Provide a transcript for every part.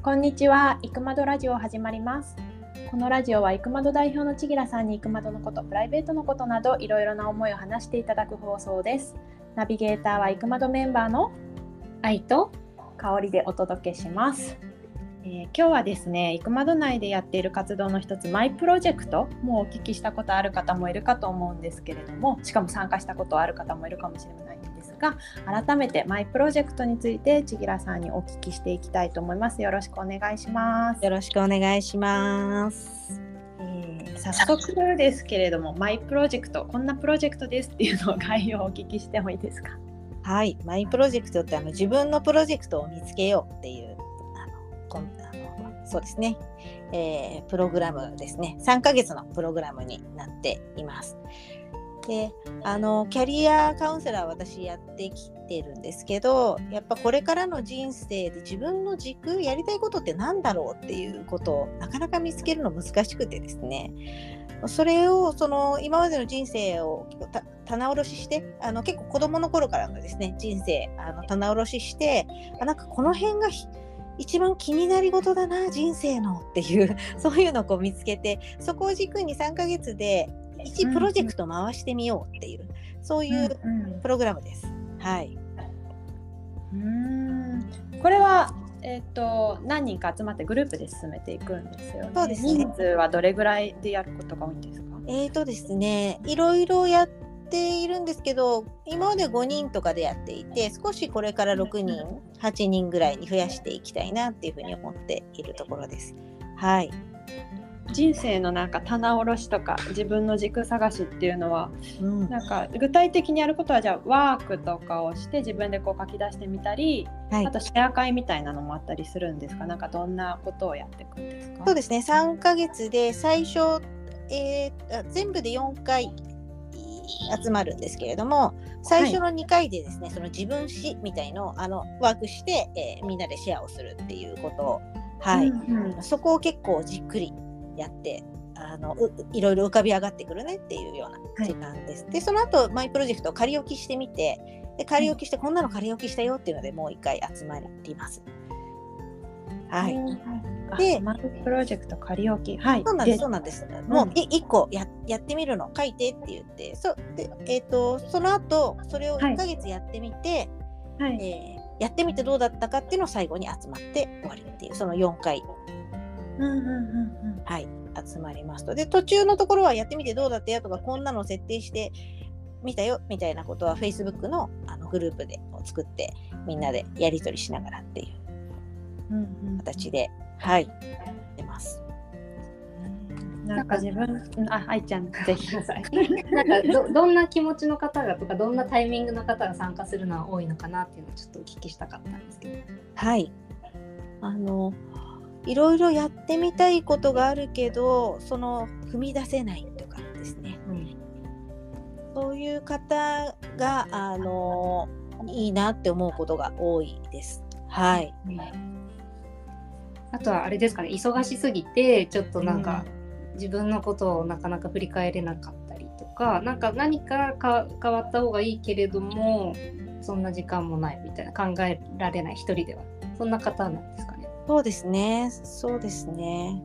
こんにちは、いくまどラジオ始まります。このラジオはいくまど代表のちぎらさんにいくまどのこと、プライベートのことなどいろいろな思いを話していただく放送です。ナビゲーターはいくまどメンバーの愛と香りでお届けします。今日はですね、いくまど内でやっている活動の一つ、マイプロジェクトもお聞きしたことある方もいるかと思うんですけれども、しかも参加したことある方もいるかもしれないんですが、改めてマイプロジェクトについてちぎらさんにお聞きしていきたいと思います。よろしくお願いします。 よろしくお願いします。 早速ですけれども、マイプロジェクト、こんなプロジェクトですっていうのを概要をお聞きしてもいいですか？ はい、マイプロジェクトって自分のプロジェクトを見つけようっていうそうですね、プログラムですね。3ヶ月のプログラムになっています。で、キャリアカウンセラー私やってきてるんですけど、やっぱこれからの人生で自分の軸、やりたいことって何だろうっていうことをなかなか見つけるの難しくてですね、それを今までの人生を棚卸しして結構子供の頃からのですね人生棚卸ししてなんかこの辺が一番気になり事だな人生のっていうそういうのを見つけて、そこを軸に3ヶ月で1プロジェクト回してみようっていう、そういうプログラムです。はい。 これは何人か集まってグループで進めていくんですよね。 そうですね。 人数はどれぐらいでやることが多いんですか？ ですね、いろいろやっているんですけど、今まで5人とかでやっていて、少しこれから6人、8人ぐらいに増やしていきたいなっていうふうに思っているところです。はい。 人生のなんか棚卸しとか自分の軸探しっていうのは、なんか具体的にやることはじゃあワークとかをして自分で書き出してみたり、はい、あとシェア会みたいなのもあったりするんですか？なんかどんなことをやっていくんですか？ そうですね、3ヶ月で最初、全部で4回集まるんですけれども、最初の2回でですね、はい、その自分史みたいのをワークして、みんなでシェアをするっていうことを、はい、そこを結構じっくりやっていろいろ浮かび上がってくるねっていうような時間です。はい、でその後マイプロジェクトを仮置きしてみて、で仮置きして、こんなの仮置きしたよっていうのでもう1回集まります。はい。 でマイプロジェクト仮置き、はい、 そうなんです。もう1個 やってみるの書いてって言って、その後それを1ヶ月やってみて、はい、やってみてどうだったかっていうのを最後に集まって終わりっていう、その4回、はい、集まりますと。で途中のところはやってみてどうだったよとか、こんなの設定してみたよみたいなことは Facebook のグループで作ってみんなでやり取りしながらっていう形で、はい、出ます。 なんか自分、愛ちゃんぜひなんかどんな気持ちの方がとか、どんなタイミングの方が参加するのは多いのかなっていうのをちょっとお聞きしたかったんですけど。 はい、いろいろやってみたいことがあるけど踏み出せないとかですね、そういう方がいいなって思うことが多いです。はい。 あとはあれですかね、忙しすぎてちょっとなんか、自分のことをなかなか振り返れなかったりとか、なんか何か変わった方がいいけれどもそんな時間もないみたいな、考えられない一人では、そんな方なんですかね。 そうですね。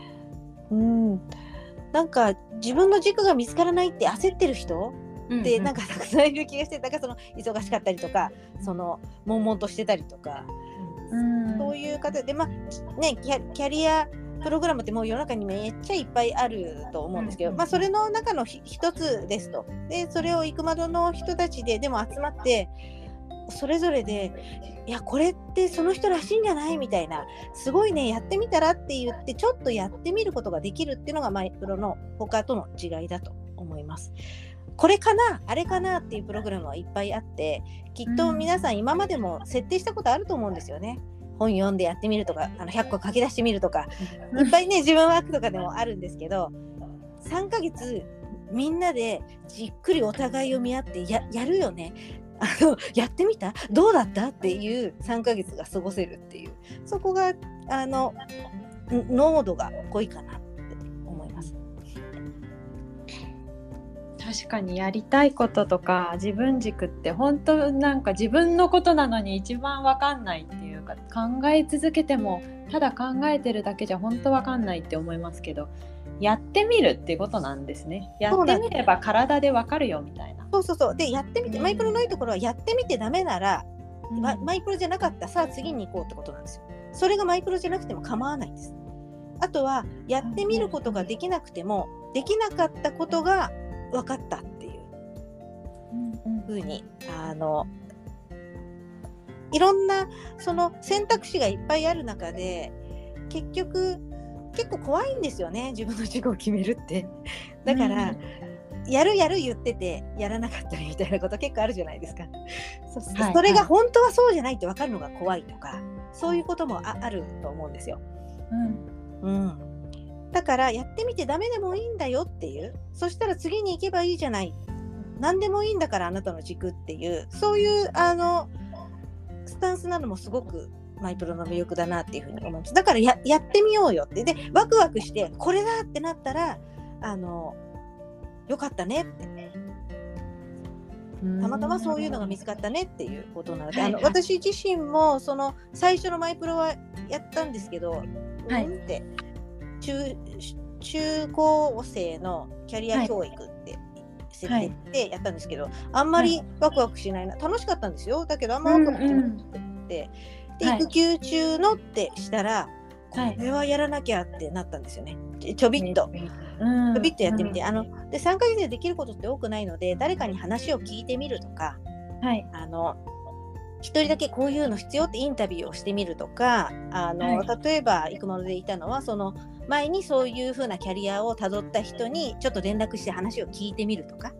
なんか自分の軸が見つからないって焦ってる人ってなんかたくさんいる気がして、だから忙しかったりとか、悶々としてたりとか、そういう方で、キャリアプログラムってもう世の中にめっちゃいっぱいあると思うんですけど、それの中の一つですと。でそれをいくまどの人たちででも集まってそれぞれで、いやこれってその人らしいんじゃないみたいな、すごいねやってみたらって言ってちょっとやってみることができるっていうのがマイプロの他との違いだと思います。これかなあれかなっていうプログラムはいっぱいあって、きっと皆さん今までも設定したことあると思うんですよね。本読んでやってみるとか、100個書き出してみるとか、いっぱいね自分ワークとかでもあるんですけど、3ヶ月みんなでじっくりお互いを見合ってやるよね、やってみたどうだったっていう3ヶ月が過ごせるっていう、そこが濃度が濃いかなって思います。 確かにやりたいこととか自分軸って本当なんか自分のことなのに一番分かんないっていうか、考え続けてもただ考えてるだけじゃ本当分かんないって思いますけど、やってみるっていうことなんですね。やってみれば体で分かるよみたいな。 そうでやってみて、マイプロのいいところはやってみてダメなら、マイプロじゃなかった、さあ次に行こうってことなんですよ。それがマイプロじゃなくても構わないんです。あとはやってみることができなくても、できなかったことが分かったっていう風に、いろんなその選択肢がいっぱいある中で、結局結構怖いんですよね、自分の軸を決めるって。だから、やる言っててやらなかったりみたいなこと結構あるじゃないですか。それが本当はそうじゃないって分かるのが怖いとか、そういうこともあると思うんですよ。だからやってみてダメでもいいんだよっていう、そしたら次に行けばいいじゃない、何でもいいんだからあなたの軸っていう、そういうスタンスなのもすごくマイプロの魅力だなっていうふうに思うんです。だから やってみようよって、でワクワクしてこれだってなったらよかったねって、たまたまそういうのが見つかったねっていうことなので、私自身もその最初のマイプロはやったんですけど、って中高生のキャリア教育って設定でやったんですけど、あんまりワクワクしないな、楽しかったんですよ、だけどあんまワクワクしなくて、で育休中のってしたら、これはやらなきゃってなったんですよね。ちょびっとやってみて、で3ヶ月でできることって多くないので、誰かに話を聞いてみるとか、一人だけこういうの必要ってインタビューをしてみるとか、例えばいくまのでいたのは、その前にそういう風なキャリアをたどった人にちょっと連絡して話を聞いてみるとか、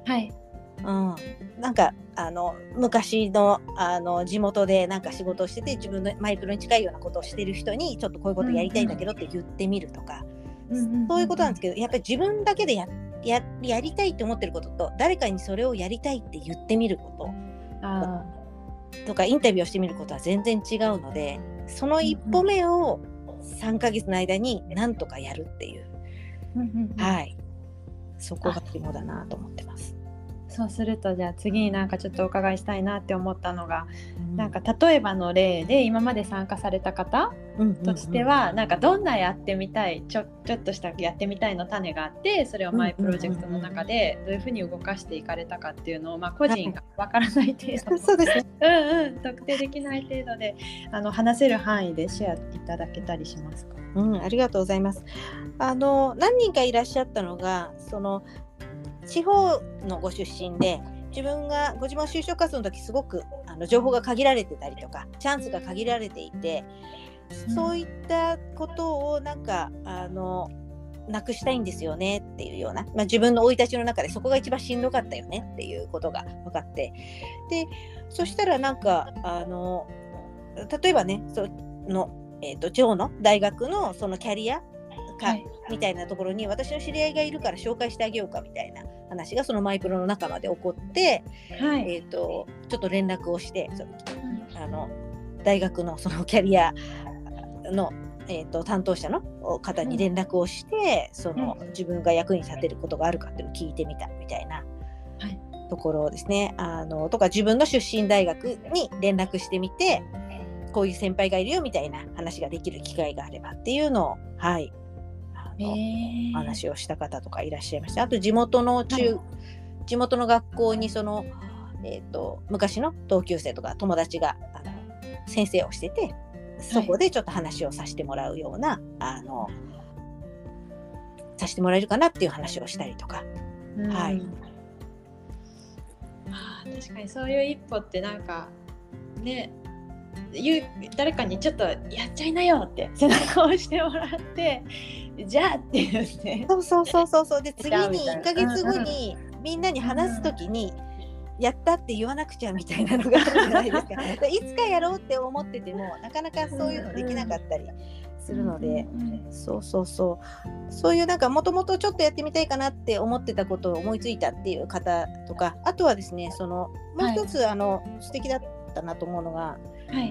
なんか昔の地元でなんか仕事をしてて、自分のマイプロに近いようなことをしてる人にちょっとこういうことやりたいんだけどって言ってみるとか、そういうことなんですけど、やっぱり自分だけでやりたいって思ってることと、誰かにそれをやりたいって言ってみることとかインタビューをしてみることは全然違うので、その一歩目を3ヶ月の間になんとかやるっていう、そこが肝だなと思ってます。 そうすると、じゃあ次になんかちょっとお伺いしたいなって思ったのが、なんか例えばの例で今まで参加された方としては、なんかどんなやってみたい、ちょっとしたやってみたいの種があって、それをマイプロジェクトの中でどういうふうに動かしていかれたかっていうのを、個人がわからない程度、 そうですね、 特定できない程度で話せる範囲でシェアいただけたりしますか？ ありがとうございます。何人かいらっしゃったのが、その地方のご出身で、自分がご自分の就職活動の時すごく情報が限られてたりとか、チャンスが限られていて、そういったことをなんかなくしたいんですよねっていうような、自分の生い立ちの中でそこが一番しんどかったよねっていうことが分かって、でそしたらなんか例えばね、その地方の大学のそのキャリアみたいなところに私の知り合いがいるから紹介してあげようかみたいな話がそのマイプロの中まで起こって、ちょっと連絡をして、大学のそのキャリアの、担当者の方に連絡をして、その自分が役に立てることがあるかっていうのを聞いてみたみたいなところですね。とか自分の出身大学に連絡してみて、こういう先輩がいるよみたいな話ができる機会があればっていうのを、話をした方とかいらっしゃいました。あと地元の学校にその、昔の同級生とか友達が先生をしてて、そこでちょっと話をさせてもらうような、させてもらえるかなっていう話をしたりとか、 確かにそういう一歩ってなんかね、誰かにちょっとやっちゃいなよって背中を押してもらって、じゃあって言って、 そうで次に1ヶ月後にみんなに話すときにやったって言わなくちゃみたいなのがあるじゃないですか。いつかやろうって思っててもなかなかそういうのできなかったりするので、そういうなんかもともとちょっとやってみたいかなって思ってたことを思いついたっていう方とか、あとはですね、そのもう一つ、素敵だったなと思うのが、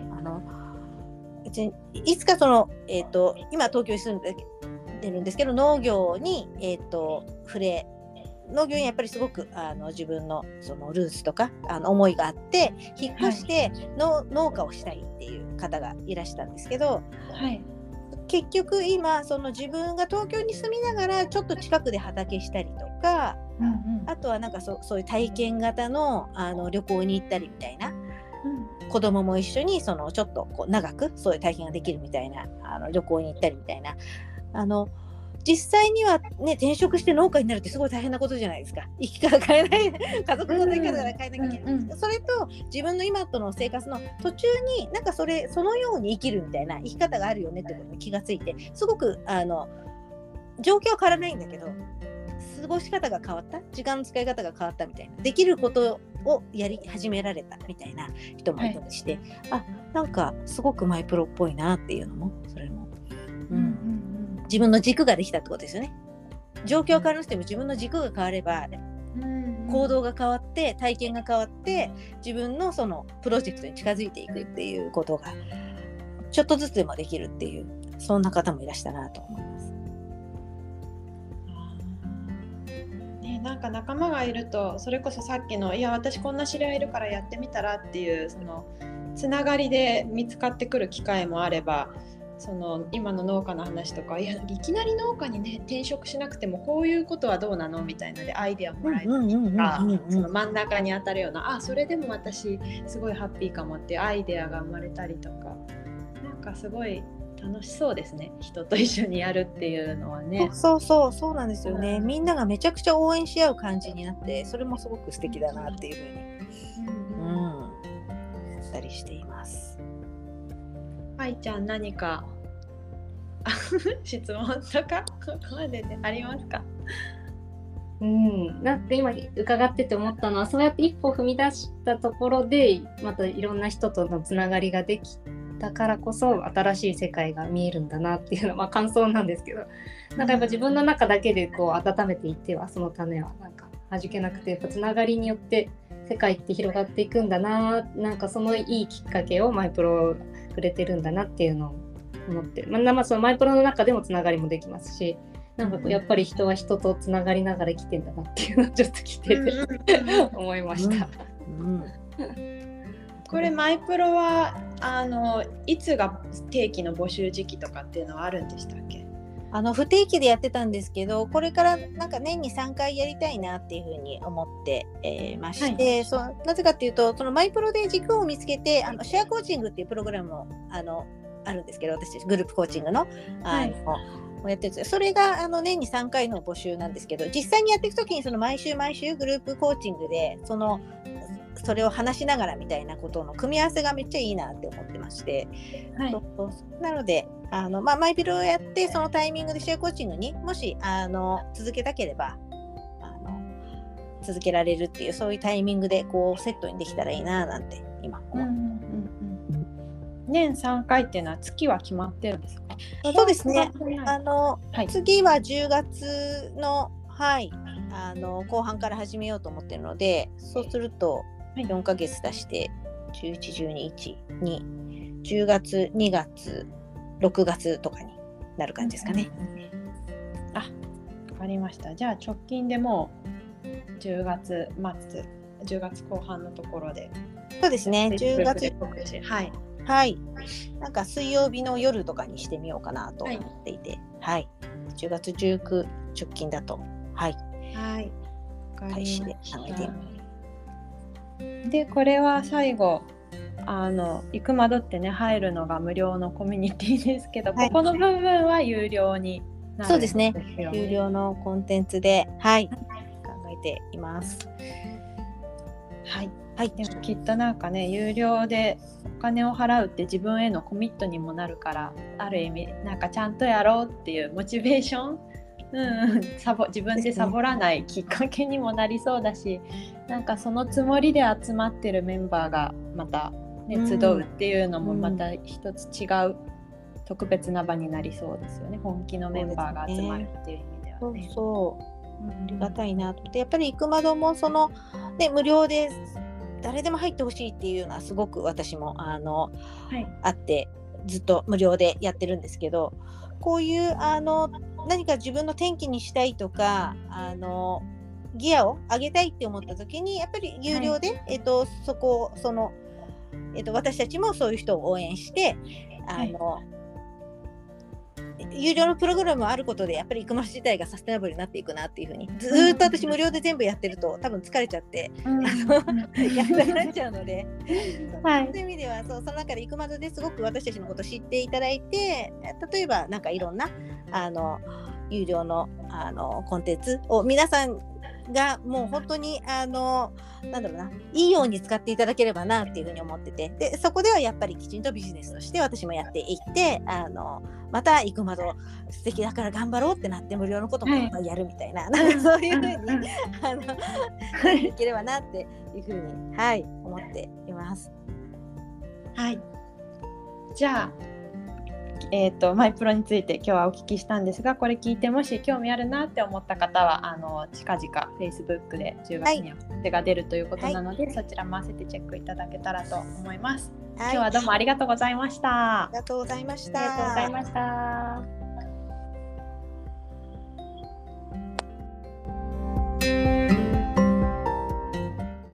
いつかその、今東京に住んでるんですけど、農業に、触れ農業にやっぱりすごく自分のそのルーツとか思いがあって引っ越して農家をしたいっていう方がいらしたんですけど、 はい、 結局今その自分が東京に住みながらちょっと近くで畑したりとか、あとはなんかそういう体験型の旅行に行ったりみたいな、子供も一緒にそのちょっとこう長くそういう体験ができるみたいな旅行に行ったりみたいな、実際にはね転職して農家になるってすごい大変なことじゃないですか。生き方変えない家族の生き方から変えなきゃいけない、それと自分の今との生活の途中になんかそのように生きるみたいな生き方があるよねってことに気がついて、すごく状況は変わらないんだけど過ごし方が変わった、時間の使い方が変わったみたいな、できることをやり始められたみたいな人もいたりして、なんかすごくマイプロっぽいなっていうのもそれも、自分の軸ができたってことですよね。状況は変わらなくても自分の軸が変われば、行動が変わって体験が変わって自分のそのプロジェクトに近づいていくっていうことがちょっとずつでもできるっていう、そんな方もいらしたなと思います。 なんか仲間がいるとそれこそさっきのいや私こんな知り合いいるからやってみたらっていうそのつながりで見つかってくる機会もあれば、その今の農家の話とかいきなり農家にね転職しなくてもこういうことはどうなのみたいなのでアイデアもらえたりとか、その真ん中に当たるようなそれでも私すごいハッピーかもっていうアイデアが生まれたりとか、なんかすごい楽しそうですね、人と一緒にやるっていうのはね。 そうなんですよね、みんながめちゃくちゃ応援し合う感じになって、それもすごく素敵だなっていうふうに思ったりしています。 愛ちゃん何か質問とかここまででありますか？ なんか今伺ってて思ったのは、そうやって一歩踏み出したところでまたいろんな人とのつながりができだからこそ新しい世界が見えるんだなっていうのは、感想なんですけど、なんかやっぱ自分の中だけでこう温めていってはその種はなんか弾けなくて、やっぱつながりによって世界って広がっていくんだな、なんかそのいいきっかけをマイプロくれてるんだなっていうのを思って、そのマイプロの中でもつながりもできますし、なんかやっぱり人は人とつながりながら生きてんだなっていうのをちょっと聞いてて思いました。 これマイプロはいつが定期の募集時期とかっていうのはあるんでしたっけ？ 不定期でやってたんですけど、これからなんか年に3回やりたいなっていうふうに思って、まして、なぜかっていうと、そのマイプロで軸を見つけてシェアコーチングっていうプログラムもあるんですけど、私グループコーチングのやってるんですよ。それが年に3回の募集なんですけど、実際にやっていくときにその毎週グループコーチングでそれを話しながらみたいなことの組み合わせがめっちゃいいなって思ってまして、なのでマイピロをやってそのタイミングでシェアコーチングにもし続けたければ続けられるっていう、そういうタイミングでこうセットにできたらいいななんて今思ってます。 年3回っていうのは月は決まってるんですか？ そうですね、次は10月の、後半から始めようと思ってるので、そうすると4ヶ月足して11、12、1、2、10月、2月、6月とかになる感じですかね。 わかりました。じゃあ直近でもう10月末、10月後半のところで。 そうですね、10月なんか水曜日の夜とかにしてみようかなと思っていて、10月19直近だと開始で考えています。 でこれは最後いくまどってね入るのが無料のコミュニティですけど、ここの部分は有料になるんですよね。 そうですね、有料のコンテンツで考えています。 でもきっとなんかね、有料でお金を払うって自分へのコミットにもなるから、ある意味なんかちゃんとやろうっていうモチベーション、自分でサボらないきっかけにもなりそうだし、なんかそのつもりで集まってるメンバーがまた、集うっていうのもまた一つ違う特別な場になりそうですよね。本気のメンバーが集まるっていう意味ではね。 ありがたいなと思って、やっぱりいくまども無料で誰でも入ってほしいっていうのはすごく私もあってずっと無料でやってるんですけど、こういう何か自分の転機にしたいとかギアを上げたいって思った時にやっぱり有料で、私たちもそういう人を応援して有料のプログラムがあることでやっぱり生駒市自体がサステナブルになっていくなっていうふうに、ずっと私無料で全部やってると多分疲れちゃって、やんなくなっちゃうので、そういう意味ではその中で生駒ですごく私たちのことを知っていただいて、例えばなんかいろんな有料のコンテンツを皆さんがもう本当になんだろうな、いいように使っていただければなっていうふうに思ってて、でそこではやっぱりきちんとビジネスとして私もやっていってまた生駒戸素敵だから頑張ろうってなって無料のこともいっぱいやるみたいな、なんかそういうふうにいければなっていうふうに、思っています。 はい。じゃあマイプロについて今日はお聞きしたんですが、これ聞いてもし興味あるなって思った方は近々 Facebook で10月には手が出るということなので、そちらも合わせてチェックいただけたらと思います。今日はどうもありがとうございました。 ありがとうございました。 ありがとうございました。